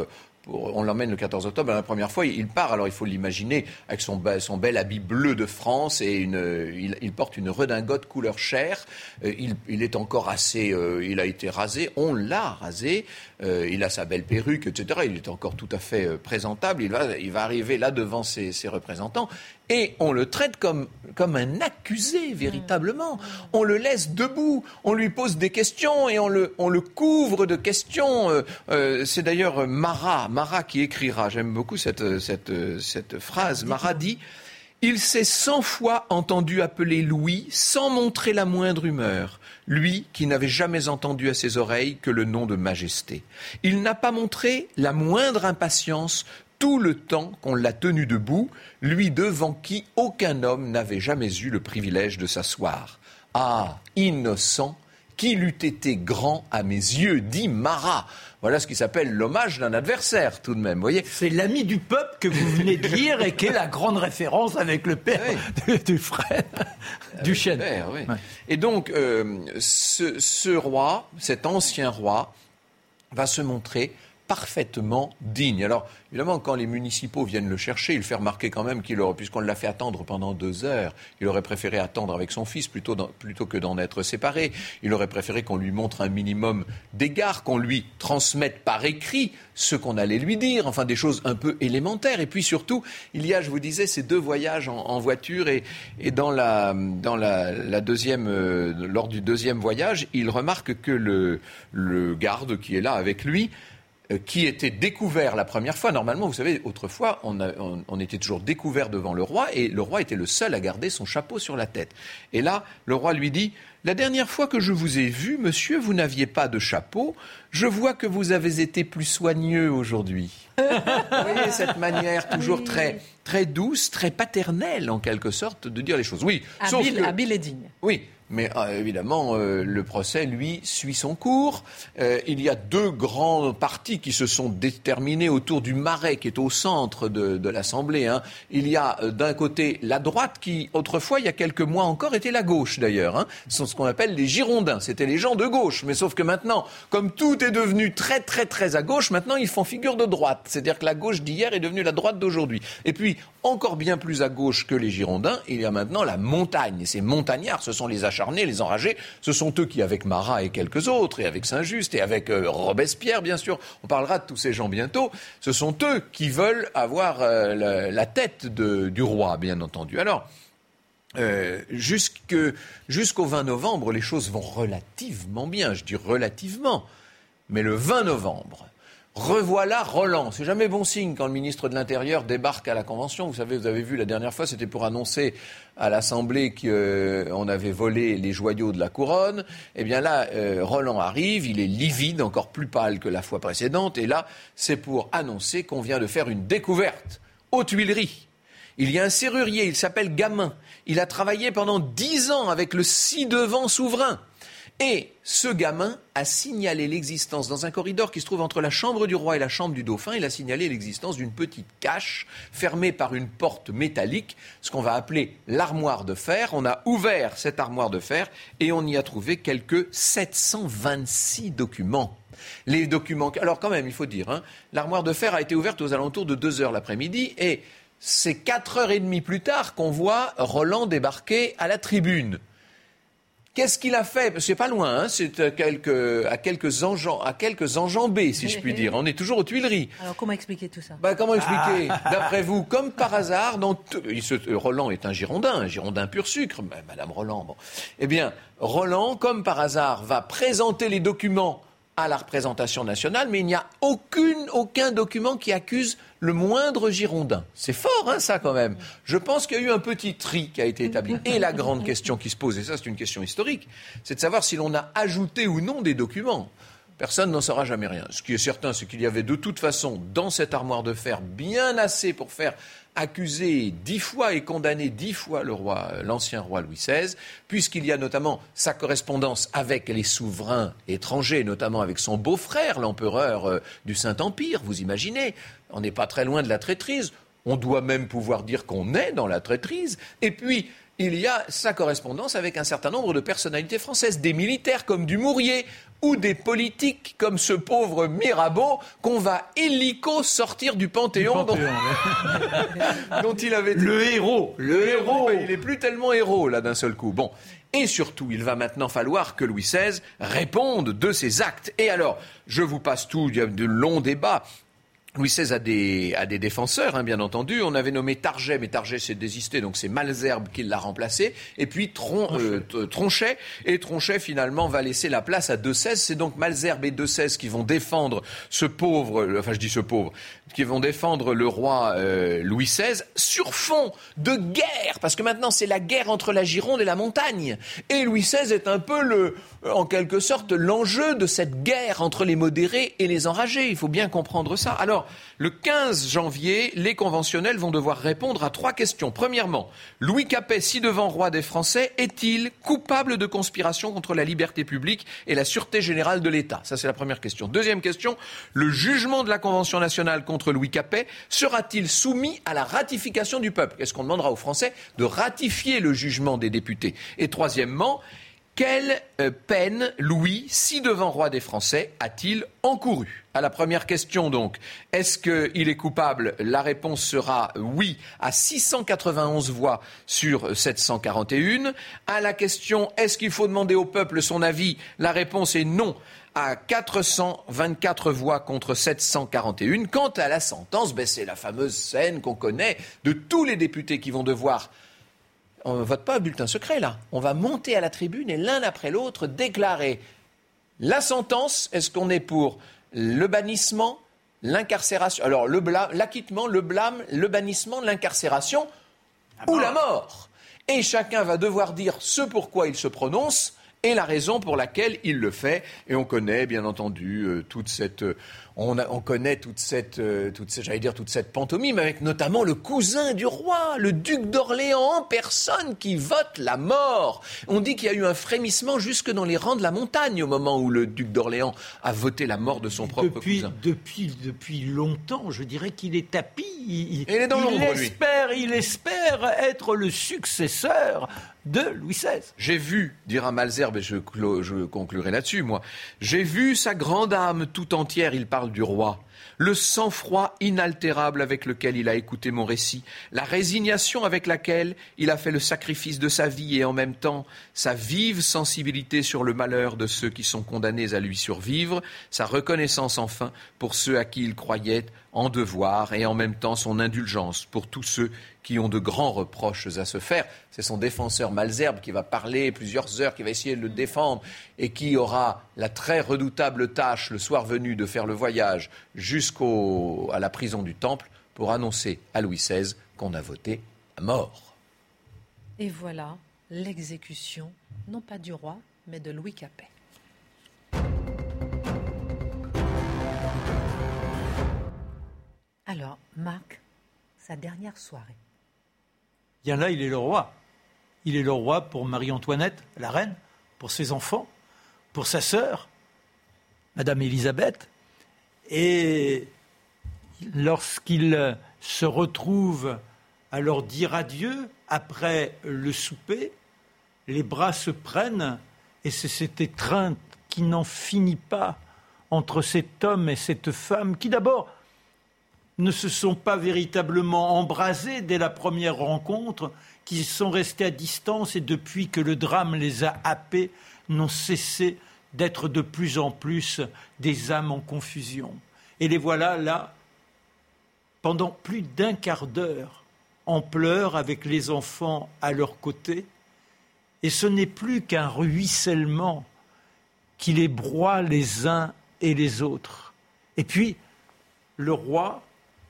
on l'emmène le 14 octobre. La première fois, il part. Alors, il faut l'imaginer avec son bel habit bleu de France et il porte une redingote couleur chair. Il est encore assez... il a été rasé. On l'a rasé. Il a sa belle perruque, etc. Il est encore tout à fait présentable. Il va arriver là devant ses représentants. Et on le traite comme un accusé, véritablement. On le laisse debout, on lui pose des questions et on le couvre de questions. C'est d'ailleurs Marat qui écrira, j'aime beaucoup cette phrase. Marat dit « Il s'est 100 fois entendu appeler Louis sans montrer la moindre humeur. Lui qui n'avait jamais entendu à ses oreilles que le nom de majesté. Il n'a pas montré la moindre impatience tout le temps qu'on l'a tenu debout, lui devant qui aucun homme n'avait jamais eu le privilège de s'asseoir. Ah, innocent, qu'il eût été grand à mes yeux, dit Marat. » Voilà ce qui s'appelle l'hommage d'un adversaire, tout de même, vous voyez. C'est l'ami du peuple que vous venez de lire et qui est la grande référence avec le père du frère Duchesne. Oui. Ouais. Et donc, ce roi, cet ancien roi, va se montrer parfaitement digne. Alors, évidemment, quand les municipaux viennent le chercher, il fait remarquer quand même puisqu'on l'a fait attendre pendant 2 heures, il aurait préféré attendre avec son fils plutôt que d'en être séparé. Il aurait préféré qu'on lui montre un minimum d'égards, qu'on lui transmette par écrit ce qu'on allait lui dire, enfin des choses un peu élémentaires. Et puis surtout, il y a, je vous disais, ces 2 voyages en voiture et dans la deuxième, lors du 2e voyage, il remarque que le garde qui est là avec lui, qui était découvert la première fois. Normalement, vous savez, autrefois, on était toujours découvert devant le roi et le roi était le seul à garder son chapeau sur la tête. Et là, le roi lui dit « La dernière fois que je vous ai vu, monsieur, vous n'aviez pas de chapeau. Je vois que vous avez été plus soigneux aujourd'hui. » Vous voyez cette manière toujours très, très douce, très paternelle, en quelque sorte, de dire les choses. Oui, habile et digne. Oui. Mais évidemment, le procès, lui, suit son cours. Il y a 2 grands partis qui se sont déterminés autour du Marais, qui est au centre de l'Assemblée. Hein. Il y a d'un côté la droite, qui autrefois, il y a quelques mois encore, était la gauche d'ailleurs. Hein. Ce sont ce qu'on appelle les Girondins. C'était les gens de gauche. Mais sauf que maintenant, comme tout est devenu très, très, très à gauche, maintenant, ils font figure de droite. C'est-à-dire que la gauche d'hier est devenue la droite d'aujourd'hui. Et puis, encore bien plus à gauche que les Girondins, il y a maintenant la montagne. Et ces montagnards, ce sont les acharnés, les enragés, ce sont eux qui, avec Marat et quelques autres, et avec Saint-Just, et avec Robespierre, bien sûr, on parlera de tous ces gens bientôt, ce sont eux qui veulent avoir la tête du roi, bien entendu. Alors, jusqu'au 20 novembre, les choses vont relativement bien, je dis relativement, mais le 20 novembre, revoilà Roland. C'est jamais bon signe quand le ministre de l'Intérieur débarque à la Convention. Vous savez, vous avez vu la dernière fois, c'était pour annoncer à l'Assemblée qu'on avait volé les joyaux de la couronne. Eh bien là, Roland arrive, il est livide, encore plus pâle que la fois précédente. Et là, c'est pour annoncer qu'on vient de faire une découverte aux Tuileries. Il y a un serrurier, il s'appelle Gamin. Il a travaillé pendant 10 ans avec le ci-devant souverain. Et ce gamin a signalé l'existence, dans un corridor qui se trouve entre la chambre du roi et la chambre du dauphin, il a signalé l'existence d'une petite cache fermée par une porte métallique, ce qu'on va appeler l'armoire de fer. On a ouvert cette armoire de fer et on y a trouvé quelques 726 documents. Les documents... Alors quand même, il faut dire, hein, l'armoire de fer a été ouverte aux alentours de 2h l'après-midi et c'est 4h30 plus tard qu'on voit Roland débarquer à la tribune. Qu'est-ce qu'il a fait ? C'est pas loin, c'est à quelques enjambées, si je puis dire. On est toujours aux Tuileries. Alors, comment expliquer tout ça ? Comment expliquer ? D'après vous, comme par hasard, Roland est un Girondin pur sucre, Madame Roland. Bon. Eh bien, Roland, comme par hasard, va présenter les documents à la représentation nationale, mais il n'y a aucun document qui accuse le moindre Girondin. C'est fort, ça, quand même. Je pense qu'il y a eu un petit tri qui a été établi. Et la grande question qui se pose, et ça, c'est une question historique, c'est de savoir si l'on a ajouté ou non des documents. Personne n'en saura jamais rien. Ce qui est certain, c'est qu'il y avait de toute façon, dans cette armoire de fer, bien assez pour faire accuser 10 fois et condamner 10 fois l'ancien roi Louis XVI, puisqu'il y a notamment sa correspondance avec les souverains étrangers, notamment avec son beau-frère, l'empereur du Saint-Empire, vous imaginez. On n'est pas très loin de la traîtrise. On doit même pouvoir dire qu'on est dans la traîtrise. Et puis, il y a sa correspondance avec un certain nombre de personnalités françaises, des militaires comme Dumouriez, ou des politiques comme ce pauvre Mirabeau qu'on va illico sortir du Panthéon, dont il avait été... Le héros. Il n'est plus tellement héros, là, d'un seul coup. Bon. Et surtout, il va maintenant falloir que Louis XVI réponde de ses actes. Et alors, je vous passe tout, il y a de longs débats. Louis XVI a des défenseurs, bien entendu. On avait nommé Target, mais Target s'est désisté, donc c'est Malesherbes qui l'a remplacé. Et puis Tronchet. Et Tronchet, finalement, va laisser la place à De Sèze. C'est donc Malesherbes et De Sèze qui vont défendre qui vont défendre le roi Louis XVI sur fond de guerre. Parce que maintenant, c'est la guerre entre la Gironde et la montagne. Et Louis XVI est un peu en quelque sorte, l'enjeu de cette guerre entre les modérés et les enragés. Il faut bien comprendre ça. Alors, le 15 janvier, les conventionnels vont devoir répondre à 3 questions. Premièrement, Louis Capet, ci-devant roi des Français, est-il coupable de conspiration contre la liberté publique et la sûreté générale de l'État ? Ça, c'est la première question. Deuxième question, le jugement de la Convention nationale contre Louis Capet sera-t-il soumis à la ratification du peuple ? Est-ce qu'on demandera aux Français de ratifier le jugement des députés ? Et troisièmement, quelle peine Louis, ci-devant roi des Français, a-t-il encouru ? À la première question, donc, est-ce qu'il est coupable ? La réponse sera oui à 691 voix sur 741. À la question, est-ce qu'il faut demander au peuple son avis ? La réponse est non à 424 voix contre 741. Quant à la sentence, c'est la fameuse scène qu'on connaît de tous les députés qui vont devoir... On ne vote pas à bulletin secret, là. On va monter à la tribune et l'un après l'autre déclarer la sentence. Est-ce qu'on est pour le bannissement, l'incarcération ? Alors, l'acquittement, le blâme, le bannissement, l'incarcération ou la mort. Et chacun va devoir dire ce pourquoi il se prononce et la raison pour laquelle il le fait. Et on connaît, bien entendu, toute cette pantomime avec notamment le cousin du roi, le duc d'Orléans en personne qui vote la mort. On dit qu'il y a eu un frémissement jusque dans les rangs de la montagne au moment où le duc d'Orléans a voté la mort de son propre cousin. Depuis longtemps, je dirais qu'il est tapi. Il est dans l'ombre, lui. Il espère être le successeur de Louis XVI. J'ai vu, dira Malesherbes, et je conclurai là-dessus, moi, j'ai vu sa grande âme tout entière, il parle du roi, le sang-froid inaltérable avec lequel il a écouté mon récit, la résignation avec laquelle il a fait le sacrifice de sa vie et en même temps sa vive sensibilité sur le malheur de ceux qui sont condamnés à lui survivre, sa reconnaissance enfin pour ceux à qui il croyait en devoir et en même temps son indulgence pour tous ceux qui ont de grands reproches à se faire. C'est son défenseur Malesherbes qui va parler plusieurs heures, qui va essayer de le défendre et qui aura la très redoutable tâche le soir venu de faire le voyage jusqu'à la prison du Temple pour annoncer à Louis XVI qu'on a voté à mort. Et voilà l'exécution, non pas du roi, mais de Louis Capet. Alors, Marc, sa dernière soirée. Bien là, il est le roi. Il est le roi pour Marie-Antoinette, la reine, pour ses enfants, pour sa sœur, Madame Élisabeth. Et lorsqu'il se retrouve à leur dire adieu, après le souper, les bras se prennent et c'est cette étreinte qui n'en finit pas entre cet homme et cette femme qui d'abord ne se sont pas véritablement embrasés dès la première rencontre, qu'ils sont restés à distance et depuis que le drame les a happés, n'ont cessé d'être de plus en plus des âmes en confusion. Et les voilà là, pendant plus d'1 quart d'heure, en pleurs avec les enfants à leur côté, et ce n'est plus qu'un ruissellement qui les broie les uns et les autres. Et puis, le roi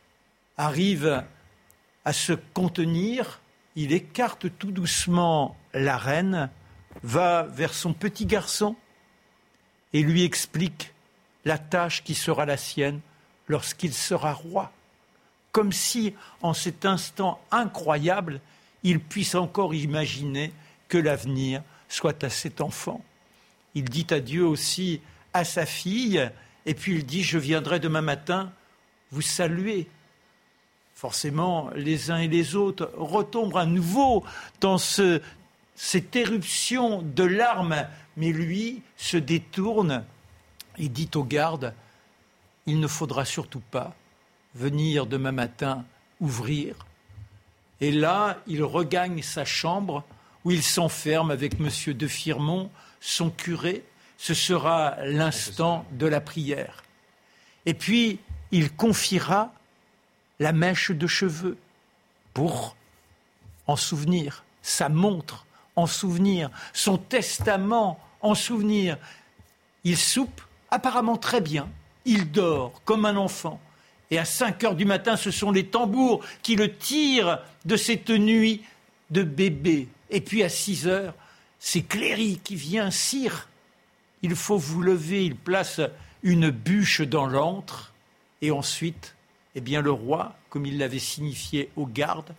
arrive à se contenir, il écarte tout doucement la reine, va vers son petit garçon et lui explique la tâche qui sera la sienne lorsqu'il sera roi. Comme si, en cet instant incroyable, il puisse encore imaginer que l'avenir soit à cet enfant. Il dit adieu aussi à sa fille, et puis il dit « Je viendrai demain matin vous saluer ». Forcément, les uns et les autres retombent à nouveau dans cette éruption de larmes, mais lui se détourne et dit aux gardes « Il ne faudra surtout pas venir demain matin ouvrir ». Et là, il regagne sa chambre où il s'enferme avec M. de Firmont, son curé. Ce sera l'instant de la prière. Et puis, il confiera la mèche de cheveux pour en souvenir, sa montre en souvenir, son testament en souvenir. Il soupe apparemment très bien, il dort comme un enfant. Et à 5 heures du matin, ce sont les tambours qui le tirent de cette nuit de bébé. Et puis à 6 heures, c'est Cléry qui vient, sire. Il faut vous lever, il place une bûche dans l'antre. Et ensuite, eh bien, le roi, comme il l'avait signifié aux gardes,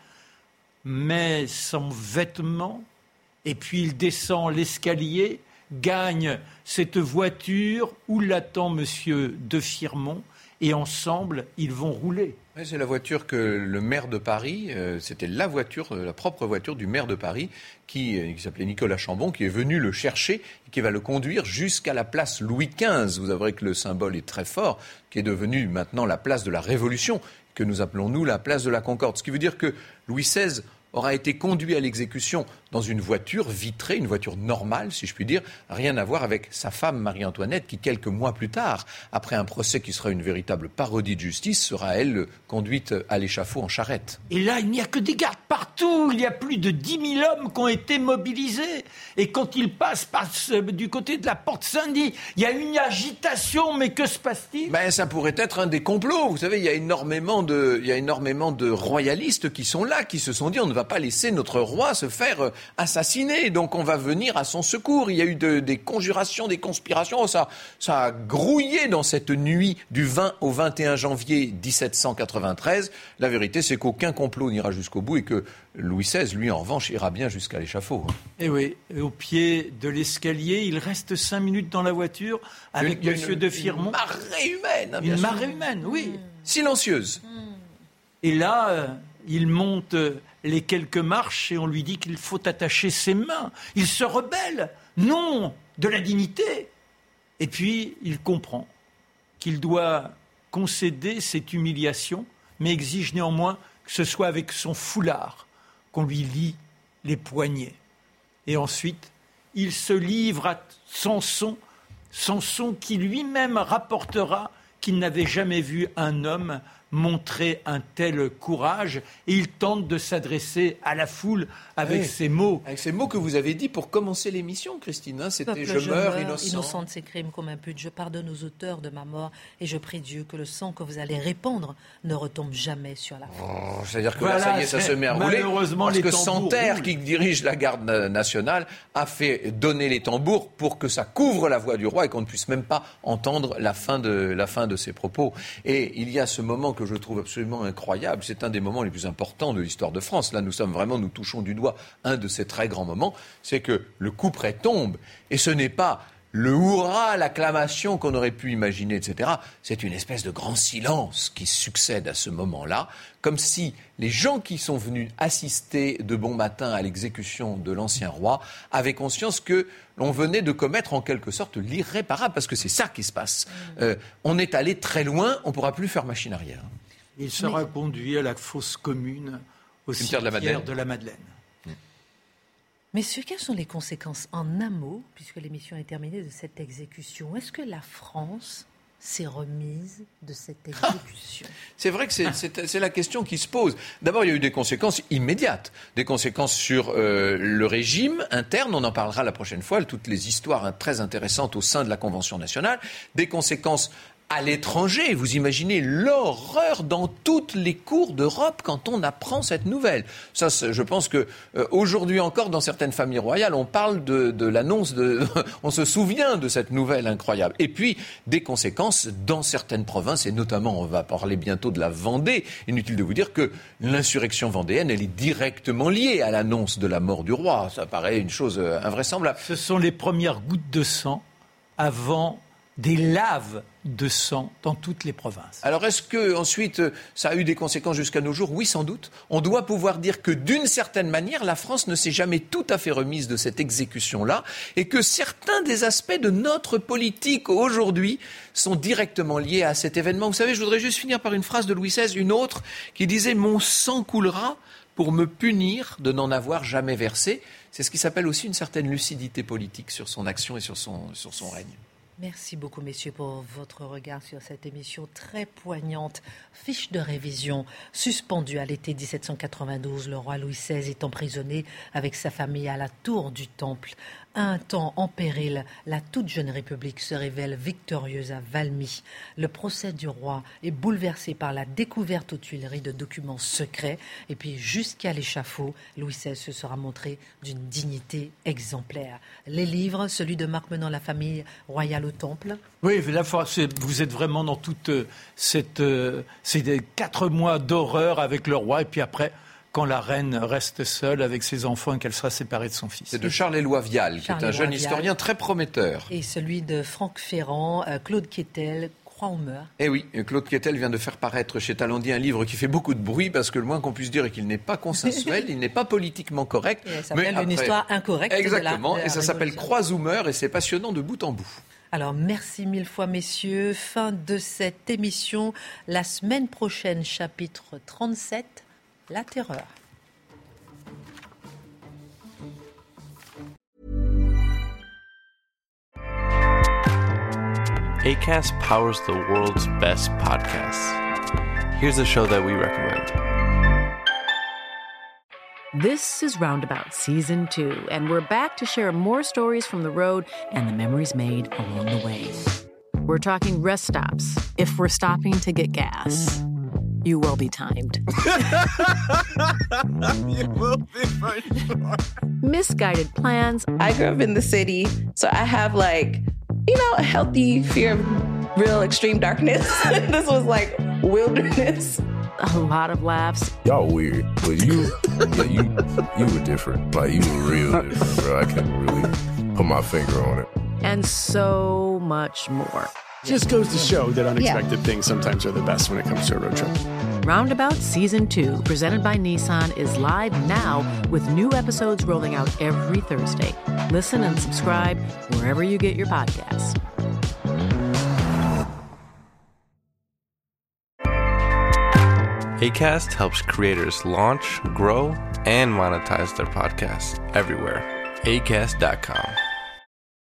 met son vêtement et puis il descend l'escalier, gagne cette voiture où l'attend monsieur de Firmont et ensemble, ils vont rouler. Oui, c'est la voiture que le maire de Paris, c'était la voiture, la propre voiture du maire de Paris qui s'appelait Nicolas Chambon, qui est venu le chercher et qui va le conduire jusqu'à la place Louis XV. Vous verrez que le symbole est très fort, qui est devenu maintenant la place de la Révolution, que nous appelons, nous, la place de la Concorde. Ce qui veut dire que Louis XVI aura été conduit à l'exécution dans une voiture vitrée, une voiture normale, si je puis dire, rien à voir avec sa femme Marie-Antoinette, qui quelques mois plus tard, après un procès qui sera une véritable parodie de justice, sera, elle, conduite à l'échafaud en charrette. Et là, il n'y a que des gardes partout, il y a plus de 10 000 hommes qui ont été mobilisés. Et quand ils passent du côté de la porte Saint-Denis, il y a une agitation, mais que se passe-t-il ? Ben, ça pourrait être un des complots. Vous savez, il y a énormément de royalistes qui sont là, qui se sont dit on ne va pas laisser notre roi se faire assassiner, donc on va venir à son secours. Il y a eu des conjurations, des conspirations, ça a grouillé dans cette nuit du 20 au 21 janvier 1793. La vérité, c'est qu'aucun complot n'ira jusqu'au bout et que Louis XVI, lui, en revanche, ira bien jusqu'à l'échafaud. Et oui, au pied de l'escalier, il reste 5 minutes dans la voiture avec M. de Firmont. Une marée humaine, bien sûr. Une marée humaine, oui. Silencieuse. Et là, il monte les quelques marches et on lui dit qu'il faut attacher ses mains. Il se rebelle, non, de la dignité. Et puis, il comprend qu'il doit concéder cette humiliation, mais exige néanmoins que ce soit avec son foulard qu'on lui lie les poignets. Et ensuite, il se livre à Samson qui lui-même rapportera qu'il n'avait jamais vu un homme montrer un tel courage, et il tente de s'adresser à la foule avec ces mots. Avec ces mots que vous avez dit pour commencer l'émission, Christine. Hein, c'était « Je meurs innocent de ces crimes qu'on m'impute. Je pardonne aux auteurs de ma mort et je prie Dieu que le sang que vous allez répandre ne retombe jamais sur la France. » C'est-à-dire que voilà, là, ça y est, ça se met à rouler. Malheureusement, parce les que tambours Santerre, roulent. qui dirige la garde nationale, a fait donner les tambours pour que ça couvre la voix du roi et qu'on ne puisse même pas entendre la fin de ses propos. Et il y a ce moment que je trouve absolument incroyable. C'est un des moments les plus importants de l'histoire de France. Là, nous touchons du doigt un de ces très grands moments. C'est que le couperet tombe. Et ce n'est pas le hurrah, l'acclamation qu'on aurait pu imaginer, etc. C'est une espèce de grand silence qui succède à ce moment-là, comme si les gens qui sont venus assister de bon matin à l'exécution de l'ancien roi avaient conscience que l'on venait de commettre en quelque sorte l'irréparable, parce que c'est ça qui se passe. On est allé très loin, on ne pourra plus faire machine arrière. Il sera conduit à la fosse commune au cimetière de la Madeleine. Messieurs, quelles sont les conséquences en un mot, puisque l'émission est terminée, de cette exécution ? Est-ce que la France s'est remise de cette exécution ? C'est vrai que c'est la question qui se pose. D'abord, il y a eu des conséquences immédiates, des conséquences sur le régime interne, on en parlera la prochaine fois, toutes les histoires très intéressantes au sein de la Convention nationale, des conséquences à l'étranger. Vous imaginez l'horreur dans toutes les cours d'Europe quand on apprend cette nouvelle. Ça, je pense que aujourd'hui encore, dans certaines familles royales, on parle de l'annonce on se souvient de cette nouvelle incroyable. Et puis, des conséquences dans certaines provinces, et notamment, on va parler bientôt de la Vendée. Inutile de vous dire que l'insurrection vendéenne, elle est directement liée à l'annonce de la mort du roi. Ça paraît une chose invraisemblable. Ce sont les premières gouttes de sang avant des laves de sang dans toutes les provinces. Alors est-ce que ensuite ça a eu des conséquences jusqu'à nos jours ? Oui, sans doute. On doit pouvoir dire que d'une certaine manière, la France ne s'est jamais tout à fait remise de cette exécution-là et que certains des aspects de notre politique aujourd'hui sont directement liés à cet événement. Vous savez, je voudrais juste finir par une phrase de Louis XVI, une autre, qui disait « Mon sang coulera pour me punir de n'en avoir jamais versé ». C'est ce qui s'appelle aussi une certaine lucidité politique sur son action et sur son règne. Merci beaucoup, messieurs, pour votre regard sur cette émission très poignante. Fiche de révision. Suspendue à l'été 1792, le roi Louis XVI est emprisonné avec sa famille à la tour du Temple. Un temps en péril, la toute jeune République se révèle victorieuse à Valmy. Le procès du roi est bouleversé par la découverte aux Tuileries de documents secrets. Et puis, jusqu'à l'échafaud, Louis XVI se sera montré d'une dignité exemplaire. Les livres, celui de Marc Menant, La famille royale au Temple. Oui, là, vous êtes vraiment dans toute ces 4 mois d'horreur avec le roi, et puis après, quand la reine reste seule avec ses enfants et qu'elle sera séparée de son fils. C'est de Charles-Éloi Vial, qui est un jeune historien très prometteur. Et celui de Franck Ferrand, Claude Quétel, Croix-au-Meur. Eh oui, Claude Quétel vient de faire paraître chez Talandier un livre qui fait beaucoup de bruit, parce que le moins qu'on puisse dire est qu'il n'est pas consensuel, il n'est pas politiquement correct. Et ça s'appelle une histoire incorrecte. Exactement, de la et ça s'appelle Croix-au-Meur, et c'est passionnant de bout en bout. Alors, merci 1000 fois, messieurs. Fin de cette émission. La semaine prochaine, chapitre 37, la terreur. Acast powers the world's best podcasts. Here's a show that we recommend. This is Roundabout Season 2, and we're back to share more stories from the road and the memories made along the way. We're talking rest stops, if we're stopping to get gas. You will be timed. You will be for sure. Misguided plans. I grew up in the city, so I have a healthy fear of real extreme darkness. This was like wilderness. A lot of laughs. Y'all weird, but you were different. Like, you were real different, bro. I can't really put my finger on it. And so much more. Just goes to show that unexpected things sometimes are the best when it comes to a road trip. Roundabout Season 2, presented by Nissan, is live now with new episodes rolling out every Thursday. Listen and subscribe wherever you get your podcasts. Acast helps creators launch, grow, and monetize their podcasts everywhere. Acast.com.